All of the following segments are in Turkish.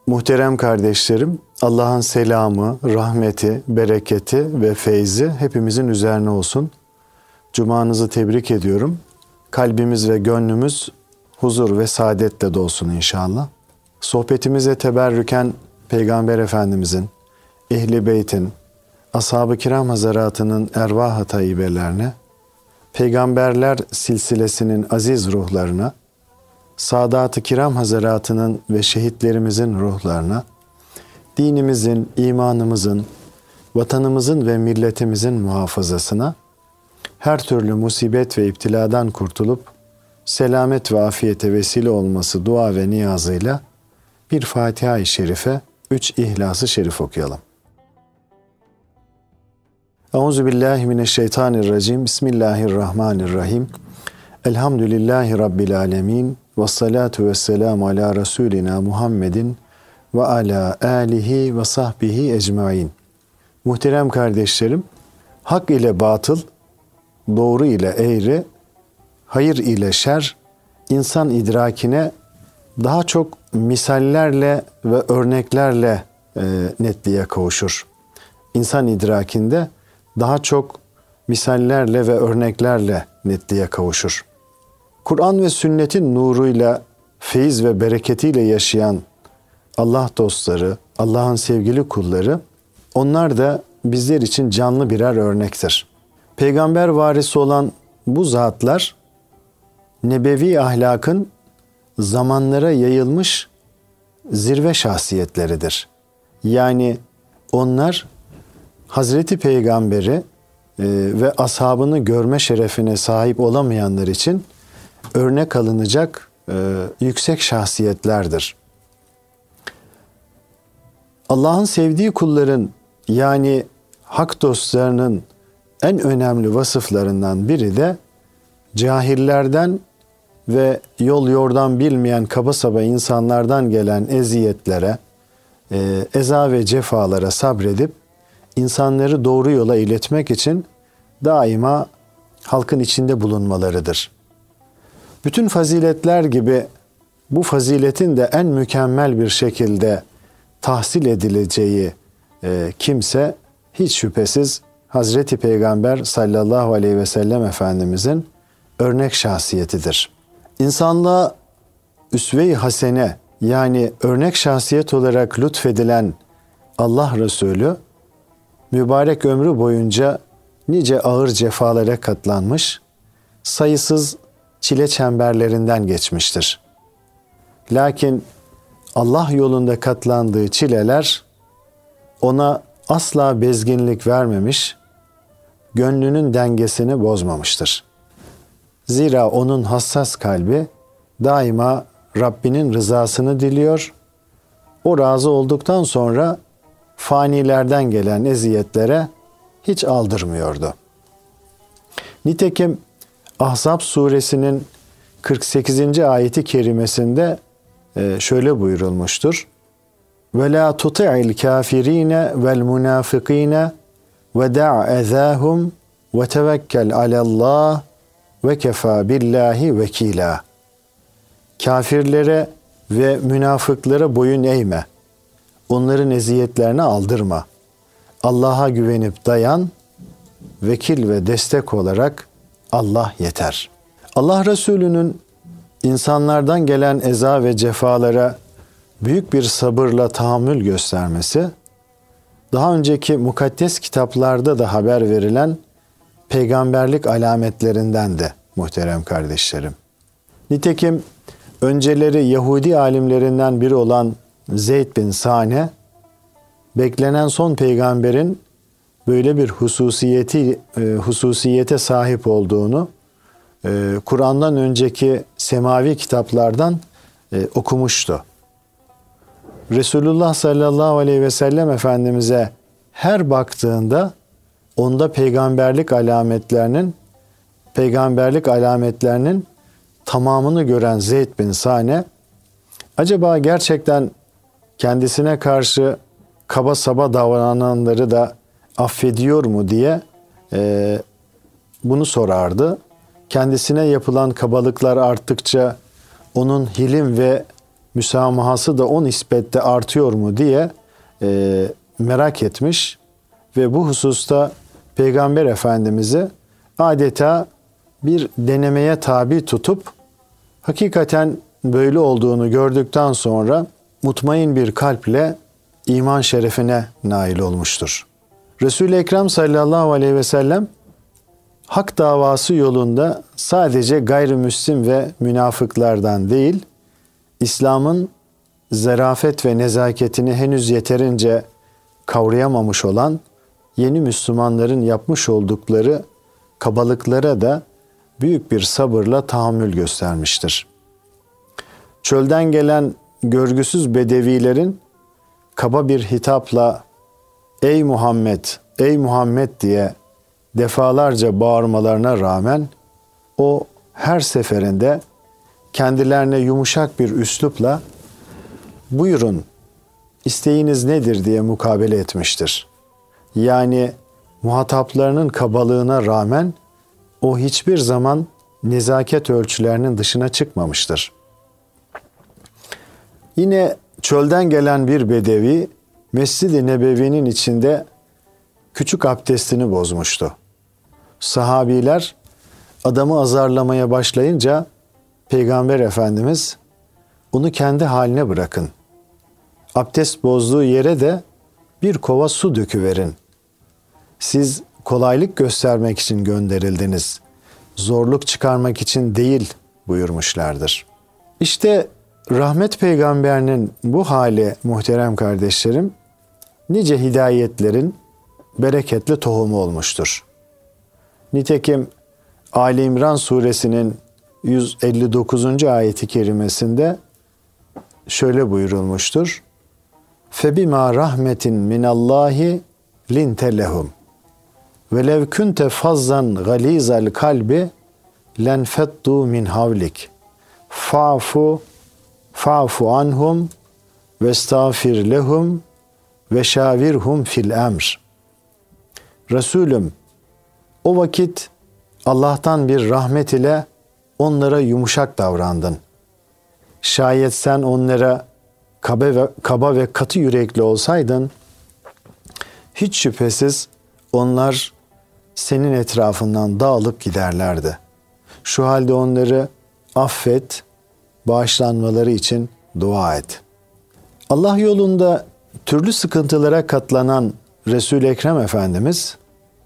Muhterem kardeşlerim, Allah'ın selamı, rahmeti, bereketi ve feyzi hepimizin üzerine olsun. Cumanızı tebrik ediyorum. Kalbimiz ve gönlümüz huzur ve saadetle dolsun inşallah. Sohbetimize teberrüken Peygamber Efendimizin, Ehl-i Beyt'in, Ashab-ı Kiram Hazaratının ervah-ı tayyibelerine, Peygamberler silsilesinin aziz ruhlarına, Sadat-ı Kiram Hazaratının ve şehitlerimizin ruhlarına, dinimizin, imanımızın, vatanımızın ve milletimizin muhafazasına, her türlü musibet ve iptiladan kurtulup, selamet ve afiyete vesile olması dua ve niyazıyla bir Fatiha-i Şerife, 3 İhlas-ı Şerif okuyalım. Euzubillahimineşşeytanirracim. Bismillahirrahmanirrahim. Elhamdülillahi Rabbil alemin. Vessalatu vesselamu ala Resulina Muhammedin ve ala alihi ve sahbihi ecmain. Muhterem kardeşlerim, hak ile batıl, doğru ile eğri, hayır ile şer, insan idrakine daha çok misallerle ve örneklerle netliğe kavuşur. İnsan idrakinde daha çok misallerle ve örneklerle netliğe kavuşur. Kur'an ve sünnetin nuruyla, feyiz ve bereketiyle yaşayan Allah dostları, Allah'ın sevgili kulları, onlar da bizler için canlı birer örnektir. Peygamber varisi olan bu zatlar, nebevi ahlakın zamanlara yayılmış zirve şahsiyetleridir. Yani onlar Hazreti Peygamber'i ve ashabını görme şerefine sahip olamayanlar için örnek alınacak yüksek şahsiyetlerdir. Allah'ın sevdiği kulların, yani hak dostlarının en önemli vasıflarından biri de cahillerden ve yol yordan bilmeyen kaba saba insanlardan gelen eziyetlere, eza ve cefalara sabredip insanları doğru yola iletmek için daima halkın içinde bulunmalarıdır. Bütün faziletler gibi bu faziletin de en mükemmel bir şekilde tahsil edileceği kimse hiç şüphesiz Hazreti Peygamber sallallahu aleyhi ve sellem Efendimizin örnek şahsiyetidir. İnsanlığa üsve-i hasene, yani örnek şahsiyet olarak lütfedilen Allah Resulü mübarek ömrü boyunca nice ağır cefalara katlanmış, sayısız çile çemberlerinden geçmiştir. Lakin Allah yolunda katlandığı çileler ona asla bezginlik vermemiş, gönlünün dengesini bozmamıştır. Zira onun hassas kalbi daima Rabbinin rızasını diliyor, o razı olduktan sonra fanilerden gelen eziyetlere hiç aldırmıyordu. Nitekim Ahzab suresinin 48. ayeti kerimesinde şöyle buyurulmuştur. وَلَا تُطِعِ الْكَافِر۪ينَ وَالْمُنَافِق۪ينَ وَدَعْ اَذَاهُمْ وَتَوَكَّلْ عَلَى اللّٰهِ وَكَفَى بِاللّٰهِ وَك۪يلًا. Kafirlere ve münafıklara boyun eğme. Onların eziyetlerine aldırma. Allah'a güvenip dayan, vekil ve destek olarak Allah yeter. Allah Resulü'nün insanlardan gelen eza ve cefalara büyük bir sabırla tahammül göstermesi, daha önceki mukaddes kitaplarda da haber verilen peygamberlik alametlerinden de muhterem kardeşlerim. Nitekim önceleri Yahudi alimlerinden biri olan Zeyd bin Sane, beklenen son peygamberin böyle bir hususiyete sahip olduğunu Kur'an'dan önceki semavi kitaplardan okumuştu. Resulullah sallallahu aleyhi ve sellem Efendimiz'e her baktığında onda peygamberlik alametlerinin tamamını gören Zeyd bin Sane, acaba gerçekten kendisine karşı kaba saba davrananları da affediyor mu diye bunu sorardı. Kendisine yapılan kabalıklar arttıkça onun hilim ve müsamahası da o nispette artıyor mu diye merak etmiş ve bu hususta Peygamber Efendimiz'i adeta bir denemeye tabi tutup hakikaten böyle olduğunu gördükten sonra mutmain bir kalple iman şerefine nail olmuştur. Resul-i Ekrem sallallahu aleyhi ve sellem hak davası yolunda sadece gayrimüslim ve münafıklardan değil, İslam'ın zarafet ve nezaketini henüz yeterince kavrayamamış olan yeni Müslümanların yapmış oldukları kabalıklara da büyük bir sabırla tahammül göstermiştir. Çölden gelen görgüsüz bedevilerin kaba bir hitapla "Ey Muhammed, ey Muhammed" diye defalarca bağırmalarına rağmen o her seferinde kendilerine yumuşak bir üslupla "Buyurun, isteğiniz nedir?" diye mukabele etmiştir. Yani muhataplarının kabalığına rağmen o hiçbir zaman nezaket ölçülerinin dışına çıkmamıştır. Yine çölden gelen bir bedevi Mescid-i Nebevi'nin içinde küçük abdestini bozmuştu. Sahabiler adamı azarlamaya başlayınca Peygamber Efendimiz onu kendi haline bırakın. Abdest bozduğu yere de bir kova su döküverin. Siz kolaylık göstermek için gönderildiniz. Zorluk çıkarmak için değil buyurmuşlardır. İşte rahmet peygamberinin bu hali muhterem kardeşlerim, nice hidayetlerin bereketli tohumu olmuştur. Nitekim Ali İmran suresinin 159. ayeti kerimesinde şöyle buyurulmuştur. فَبِمَا رَحْمَةٍ مِنَ اللّٰهِ لِنْتَ لَهُمْ وَلَوْ كُنْتَ فَظًّا غَلِيظَ الْقَلْبِ لَنْفَضُّوا مِنْ حَوْلِكَ فَاعْفُ عَنْهُمْ وَاسْتَغْفِرْ لَهُمْ وَشَاوِرْهُمْ فِي الْأَمْرِ. Resulüm, o vakit Allah'tan bir rahmet ile onlara yumuşak davrandın. Şayet sen onlara kaba ve katı yürekli olsaydın, hiç şüphesiz onlar senin etrafından dağılıp giderlerdi. Şu halde onları affet, bağışlanmaları için dua et. Allah yolunda türlü sıkıntılara katlanan Resul-i Ekrem Efendimiz,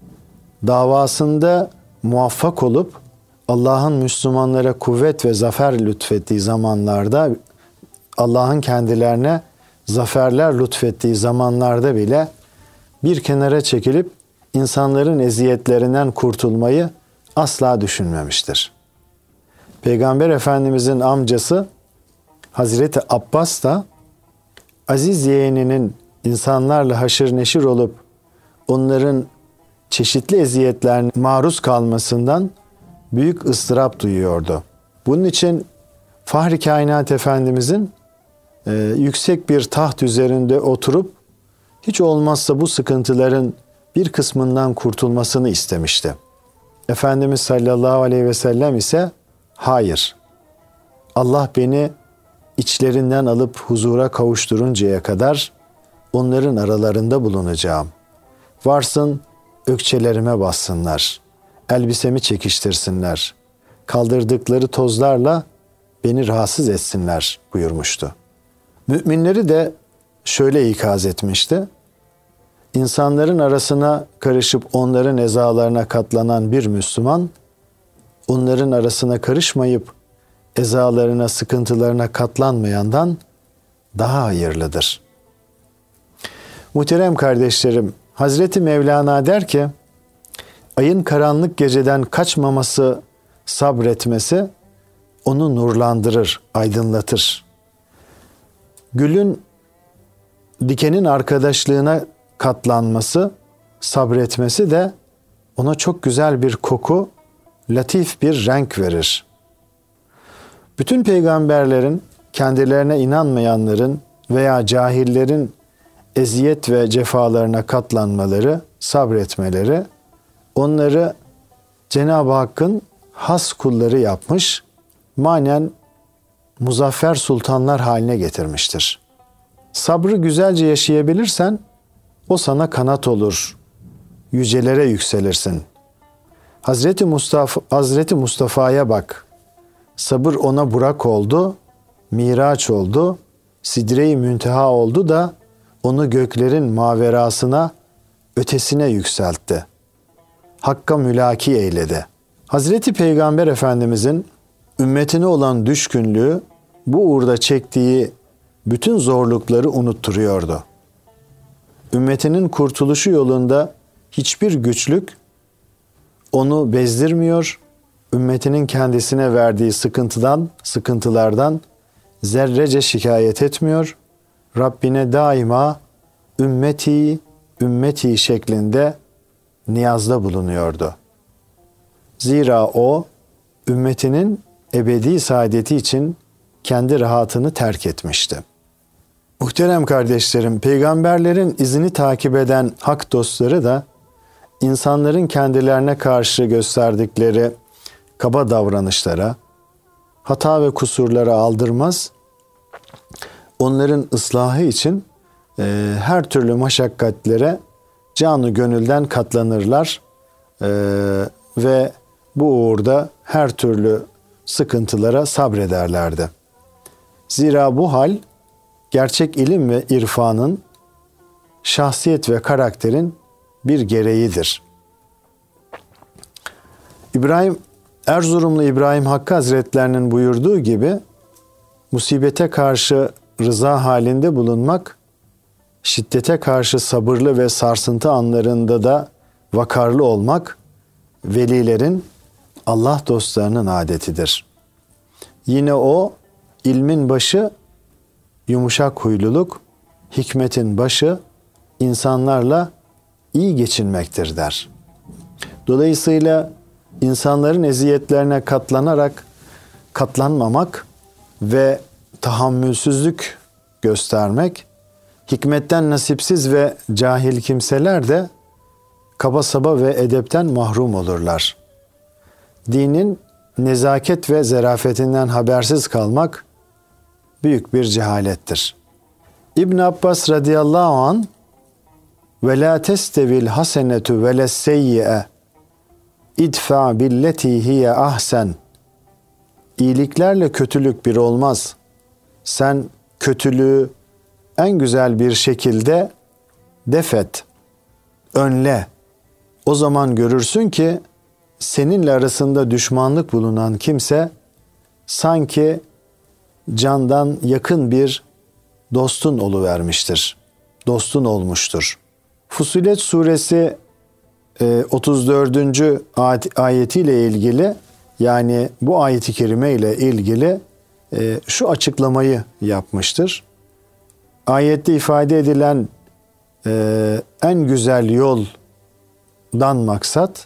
davasında muvaffak olup Allah'ın Müslümanlara kuvvet ve zafer lütfettiği zamanlarda, Allah'ın kendilerine zaferler lütfettiği zamanlarda bile bir kenara çekilip insanların eziyetlerinden kurtulmayı asla düşünmemiştir. Peygamber Efendimizin amcası Hazreti Abbas da aziz yeğeninin insanlarla haşır neşir olup onların çeşitli eziyetlerine maruz kalmasından büyük ıstırap duyuyordu. Bunun için Fahri Kainat Efendimizin yüksek bir taht üzerinde oturup hiç olmazsa bu sıkıntıların bir kısmından kurtulmasını istemişti. Efendimiz sallallahu aleyhi ve sellem ise hayır, Allah beni içlerinden alıp huzura kavuşturuncaya kadar onların aralarında bulunacağım. Varsın ökçelerime bassınlar, elbisemi çekiştirsinler, kaldırdıkları tozlarla beni rahatsız etsinler buyurmuştu. Müminleri de şöyle ikaz etmişti. İnsanların arasına karışıp onların ezalarına katlanan bir Müslüman, onların arasına karışmayıp ezalarına, sıkıntılarına katlanmayandan daha hayırlıdır. Muhterem kardeşlerim, Hazreti Mevlana der ki, ayın karanlık geceden kaçmaması, sabretmesi onu nurlandırır, aydınlatır. Gülün dikenin arkadaşlığına katlanması, sabretmesi de ona çok güzel bir koku, latif bir renk verir. Bütün peygamberlerin, kendilerine inanmayanların veya cahillerin eziyet ve cefalarına katlanmaları, sabretmeleri, onları Cenab-ı Hakk'ın has kulları yapmış, manen muzaffer sultanlar haline getirmiştir. Sabrı güzelce yaşayabilirsen o sana kanat olur, yücelere yükselirsin. Hazreti Mustafa'ya bak. Sabır ona Burak oldu, Miraç oldu, Sidre-i Münteha oldu da onu göklerin maverasına, ötesine yükseltti. Hakka mülaki eyledi. Hazreti Peygamber Efendimizin ümmetine olan düşkünlüğü bu uğurda çektiği bütün zorlukları unutturuyordu. Ümmetinin kurtuluşu yolunda hiçbir güçlük onu bezdirmiyor, ümmetinin kendisine verdiği sıkıntılardan zerrece şikayet etmiyor, Rabbine daima ümmeti, ümmeti şeklinde niyazda bulunuyordu. Zira o, ümmetinin ebedi saadeti için kendi rahatını terk etmişti. Muhterem kardeşlerim, peygamberlerin izini takip eden hak dostları da insanların kendilerine karşı gösterdikleri kaba davranışlara, hata ve kusurlara aldırmaz, onların ıslahı için her türlü maşakkatlere canı gönülden katlanırlar ve bu uğurda her türlü sıkıntılara sabrederlerdi. Zira bu hal gerçek ilim ve irfanın, şahsiyet ve karakterin bir gereğidir. Erzurumlu İbrahim Hakkı Hazretlerinin buyurduğu gibi, musibete karşı rıza halinde bulunmak, şiddete karşı sabırlı ve sarsıntı anlarında da vakarlı olmak, velilerin, Allah dostlarının adetidir. Yine o, ilmin başı yumuşak huyluluk, hikmetin başı insanlarla iyi geçinmektir der. Dolayısıyla insanların eziyetlerine katlanmamak ve tahammülsüzlük göstermek, hikmetten nasipsiz ve cahil kimseler de kaba saba ve edepten mahrum olurlar. Dinin nezaket ve zerafetinden habersiz kalmak büyük bir cehalettir. İbn Abbas radıyallahu an ve la testevil hasenetu ve lesseyyi'e idfa billeti hiye ahsen. İyiliklerle kötülük bir olmaz. Sen kötülüğü en güzel bir şekilde defet, önle. O zaman görürsün ki seninle arasında düşmanlık bulunan kimse sanki candan yakın bir dostun oluvermiştir. Dostun olmuştur. Fussilet suresi 34. ayetiyle ilgili, yani bu ayeti kerime ile ilgili şu açıklamayı yapmıştır. Ayette ifade edilen en güzel yoldan maksat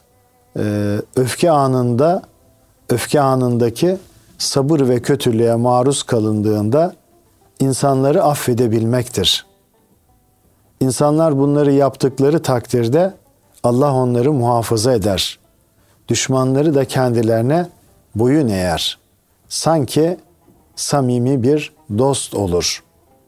öfke anındaki sabır ve kötülüğe maruz kalındığında insanları affedebilmektir. İnsanlar bunları yaptıkları takdirde Allah onları muhafaza eder. Düşmanları da kendilerine boyun eğer. Sanki samimi bir dost olur.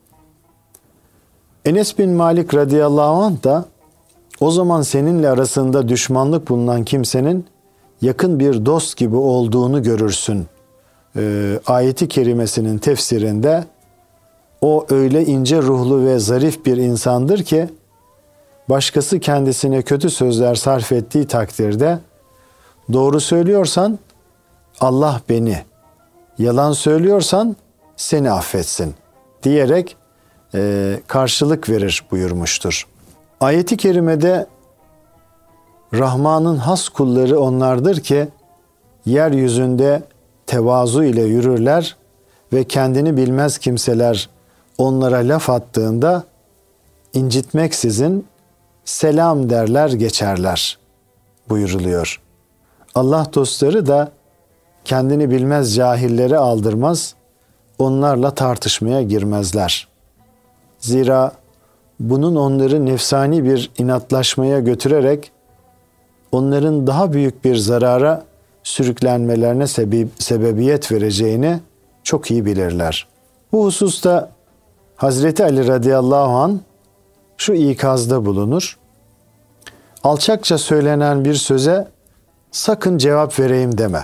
Enes bin Malik radıyallahu anh da o zaman seninle arasında düşmanlık bulunan kimsenin yakın bir dost gibi olduğunu görürsün. Ayeti kerimesinin tefsirinde o öyle ince ruhlu ve zarif bir insandır ki başkası kendisine kötü sözler sarf ettiği takdirde doğru söylüyorsan Allah beni, yalan söylüyorsan seni affetsin diyerek karşılık verir buyurmuştur. Ayeti kerimede Rahman'ın has kulları onlardır ki yeryüzünde tevazu ile yürürler ve kendini bilmez kimseler onlara laf attığında incitmeksizin selam derler geçerler buyuruluyor. Allah dostları da kendini bilmez cahillere aldırmaz, onlarla tartışmaya girmezler. Zira bunun onları nefsani bir inatlaşmaya götürerek onların daha büyük bir zarara sürüklenmelerine sebebiyet vereceğini çok iyi bilirler. Bu hususta Hazreti Ali radıyallahu anh şu ikazda bulunur. Alçakça söylenen bir söze sakın cevap vereyim deme.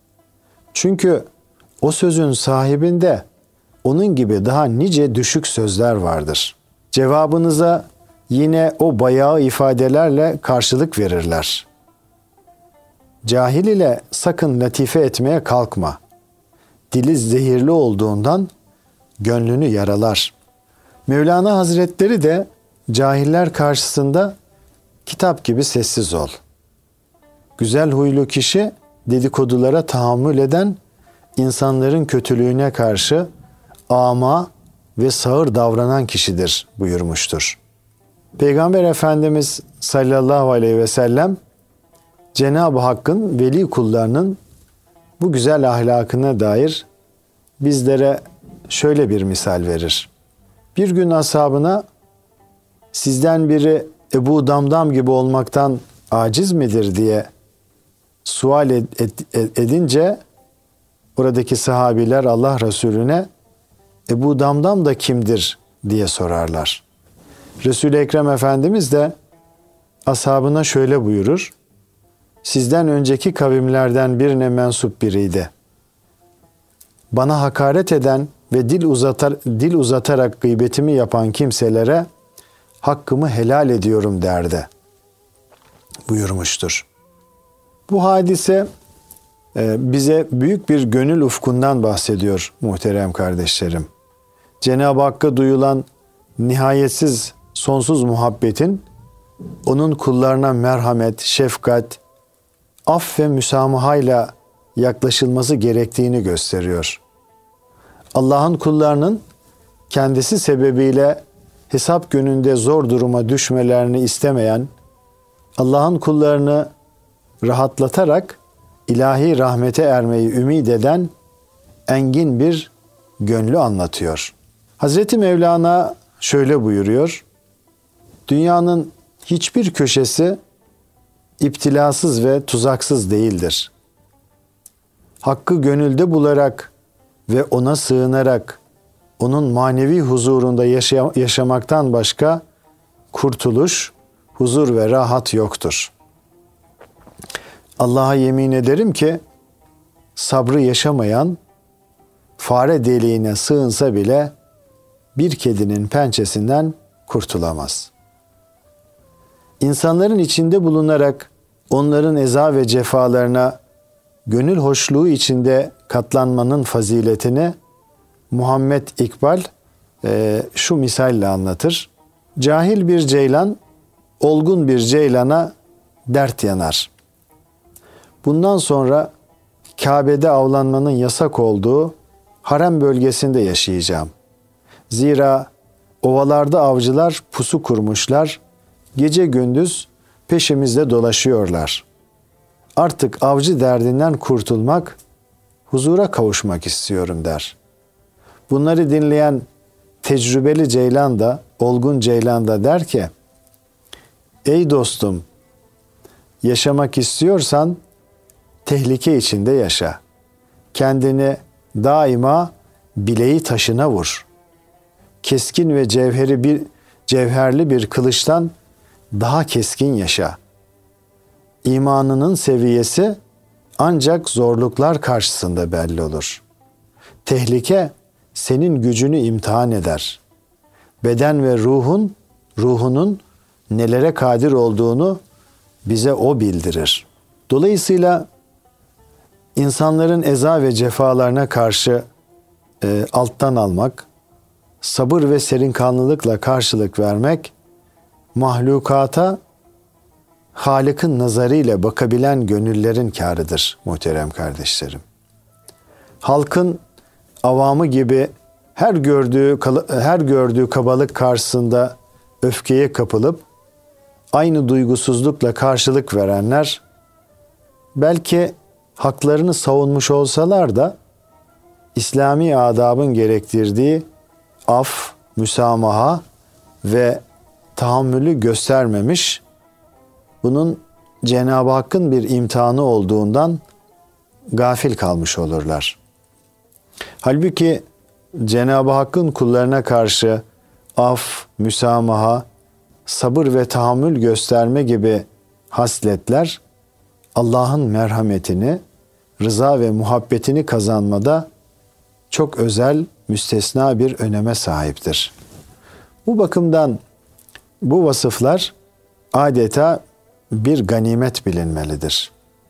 Çünkü o sözün sahibinde onun gibi daha nice düşük sözler vardır. Cevabınıza yine o bayağı ifadelerle karşılık verirler. Cahil ile sakın latife etmeye kalkma. Dili zehirli olduğundan gönlünü yaralar. Mevlana Hazretleri de cahiller karşısında kitap gibi sessiz ol. Güzel huylu kişi dedikodulara tahammül eden, insanların kötülüğüne karşı ama ve sağır davranan kişidir buyurmuştur. Peygamber Efendimiz sallallahu aleyhi ve sellem Cenab-ı Hakk'ın veli kullarının bu güzel ahlakına dair bizlere şöyle bir misal verir. Bir gün ashabına sizden biri Ebu Damdam gibi olmaktan aciz midir diye sual edince oradaki sahabiler Allah Resulüne Ebu Damdam da kimdir diye sorarlar. Resul-i Ekrem Efendimiz de ashabına şöyle buyurur. Sizden önceki kavimlerden birine mensup biriydi. Bana hakaret eden ve dil uzatarak gıybetimi yapan kimselere hakkımı helal ediyorum derdi buyurmuştur. Bu hadise bize büyük bir gönül ufkundan bahsediyor muhterem kardeşlerim. Cenab-ı Hakk'a duyulan nihayetsiz, sonsuz muhabbetin onun kullarına merhamet, şefkat, af ve müsamahayla yaklaşılması gerektiğini gösteriyor. Allah'ın kullarının kendisi sebebiyle hesap gününde zor duruma düşmelerini istemeyen, Allah'ın kullarını rahatlatarak ilahi rahmete ermeyi ümit eden engin bir gönlü anlatıyor. Hazreti Mevlana şöyle buyuruyor. Dünyanın hiçbir köşesi iptilasız ve tuzaksız değildir. Hakkı gönülde bularak ve ona sığınarak onun manevi huzurunda yaşamaktan başka kurtuluş, huzur ve rahat yoktur. Allah'a yemin ederim ki sabrı yaşamayan fare deliğine sığınsa bile bir kedinin pençesinden kurtulamaz. İnsanların içinde bulunarak onların eza ve cefalarına gönül hoşluğu içinde katlanmanın faziletini Muhammed İkbal şu misalle anlatır. Cahil bir ceylan, olgun bir ceylana dert yanar. Bundan sonra Kabe'de avlanmanın yasak olduğu harem bölgesinde yaşayacağım. Zira ovalarda avcılar pusu kurmuşlar, gece gündüz peşimizde dolaşıyorlar. Artık avcı derdinden kurtulmak, huzura kavuşmak istiyorum der. Bunları dinleyen tecrübeli ceylan da, olgun ceylan da der ki, ey dostum, yaşamak istiyorsan tehlike içinde yaşa. Kendini daima bileği taşına vur. Keskin ve cevherli bir kılıçtan daha keskin yaşa. İmanının seviyesi ancak zorluklar karşısında belli olur. Tehlike senin gücünü imtihan eder. Beden ve ruhunun nelere kadir olduğunu bize o bildirir. Dolayısıyla insanların eza ve cefalarına karşı alttan almak, sabır ve serinkanlılıkla karşılık vermek, mahlukata Halık'ın nazarıyla bakabilen gönüllerin kârıdır muhterem kardeşlerim. Halkın avamı gibi her gördüğü kabalık karşısında öfkeye kapılıp aynı duygusuzlukla karşılık verenler belki haklarını savunmuş olsalar da İslami adabın gerektirdiği af, müsamaha ve tahammülü göstermemiş, bunun Cenab-ı Hakk'ın bir imtihanı olduğundan gafil kalmış olurlar. Halbuki Cenab-ı Hakk'ın kullarına karşı af, müsamaha, sabır ve tahammül gösterme gibi hasletler Allah'ın merhametini, rıza ve muhabbetini kazanmada çok özel, müstesna bir öneme sahiptir. Bu bakımdan bu vasıflar adeta bir ganimet bilinmelidir.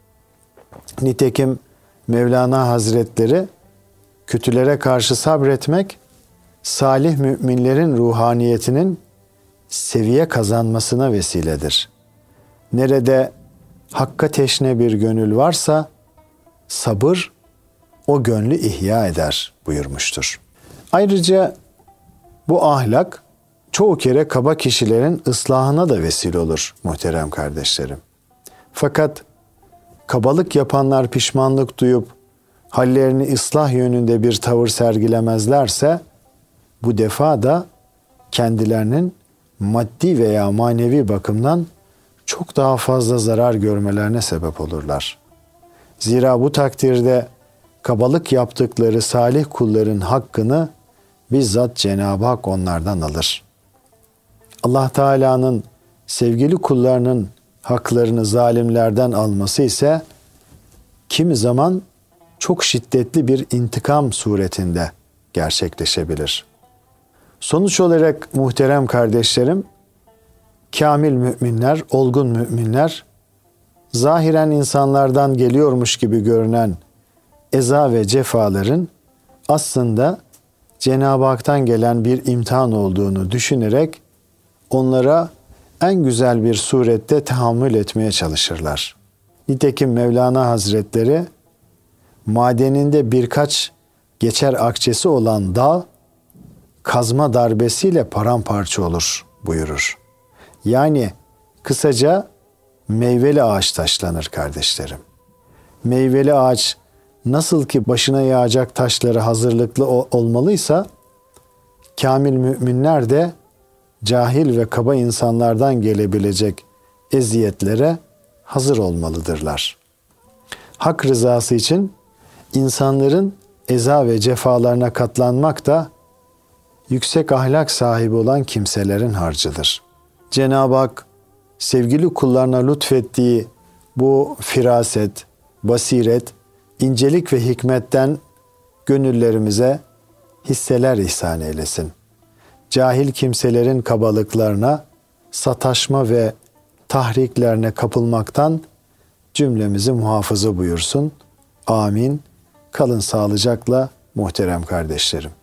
Nitekim Mevlana Hazretleri kötülere karşı sabretmek, salih müminlerin ruhaniyetinin seviye kazanmasına vesiledir. Nerede hakka teşne bir gönül varsa sabır o gönlü ihya eder buyurmuştur. Ayrıca bu ahlak çoğu kere kaba kişilerin ıslahına da vesile olur muhterem kardeşlerim. Fakat kabalık yapanlar pişmanlık duyup hallerini ıslah yönünde bir tavır sergilemezlerse bu defa da kendilerinin maddi veya manevi bakımdan çok daha fazla zarar görmelerine sebep olurlar. Zira bu takdirde kabalık yaptıkları salih kulların hakkını bizzat Cenab-ı Hak onlardan alır. Allah Teala'nın sevgili kullarının haklarını zalimlerden alması ise kimi zaman çok şiddetli bir intikam suretinde gerçekleşebilir. Sonuç olarak muhterem kardeşlerim, kamil müminler, olgun müminler, zahiren insanlardan geliyormuş gibi görünen eza ve cefaların aslında Cenab-ı Hak'tan gelen bir imtihan olduğunu düşünerek onlara en güzel bir surette tahammül etmeye çalışırlar. Nitekim Mevlana Hazretleri madeninde birkaç geçer akçesi olan dağ kazma darbesiyle paramparça olur buyurur. Yani kısaca meyveli ağaç taşlanır kardeşlerim. Meyveli ağaç nasıl ki başına yağacak taşları hazırlıklı olmalıysa, kamil müminler de cahil ve kaba insanlardan gelebilecek eziyetlere hazır olmalıdırlar. Hak rızası için insanların eza ve cefalarına katlanmak da yüksek ahlak sahibi olan kimselerin harcıdır. Cenab-ı Hak sevgili kullarına lütfettiği bu firaset, basiret, incelik ve hikmetten gönüllerimize hisseler ihsan eylesin. Cahil kimselerin kabalıklarına, sataşma ve tahriklerine kapılmaktan cümlemizi muhafaza buyursun. Amin. Kalın sağlıcakla muhterem kardeşlerim.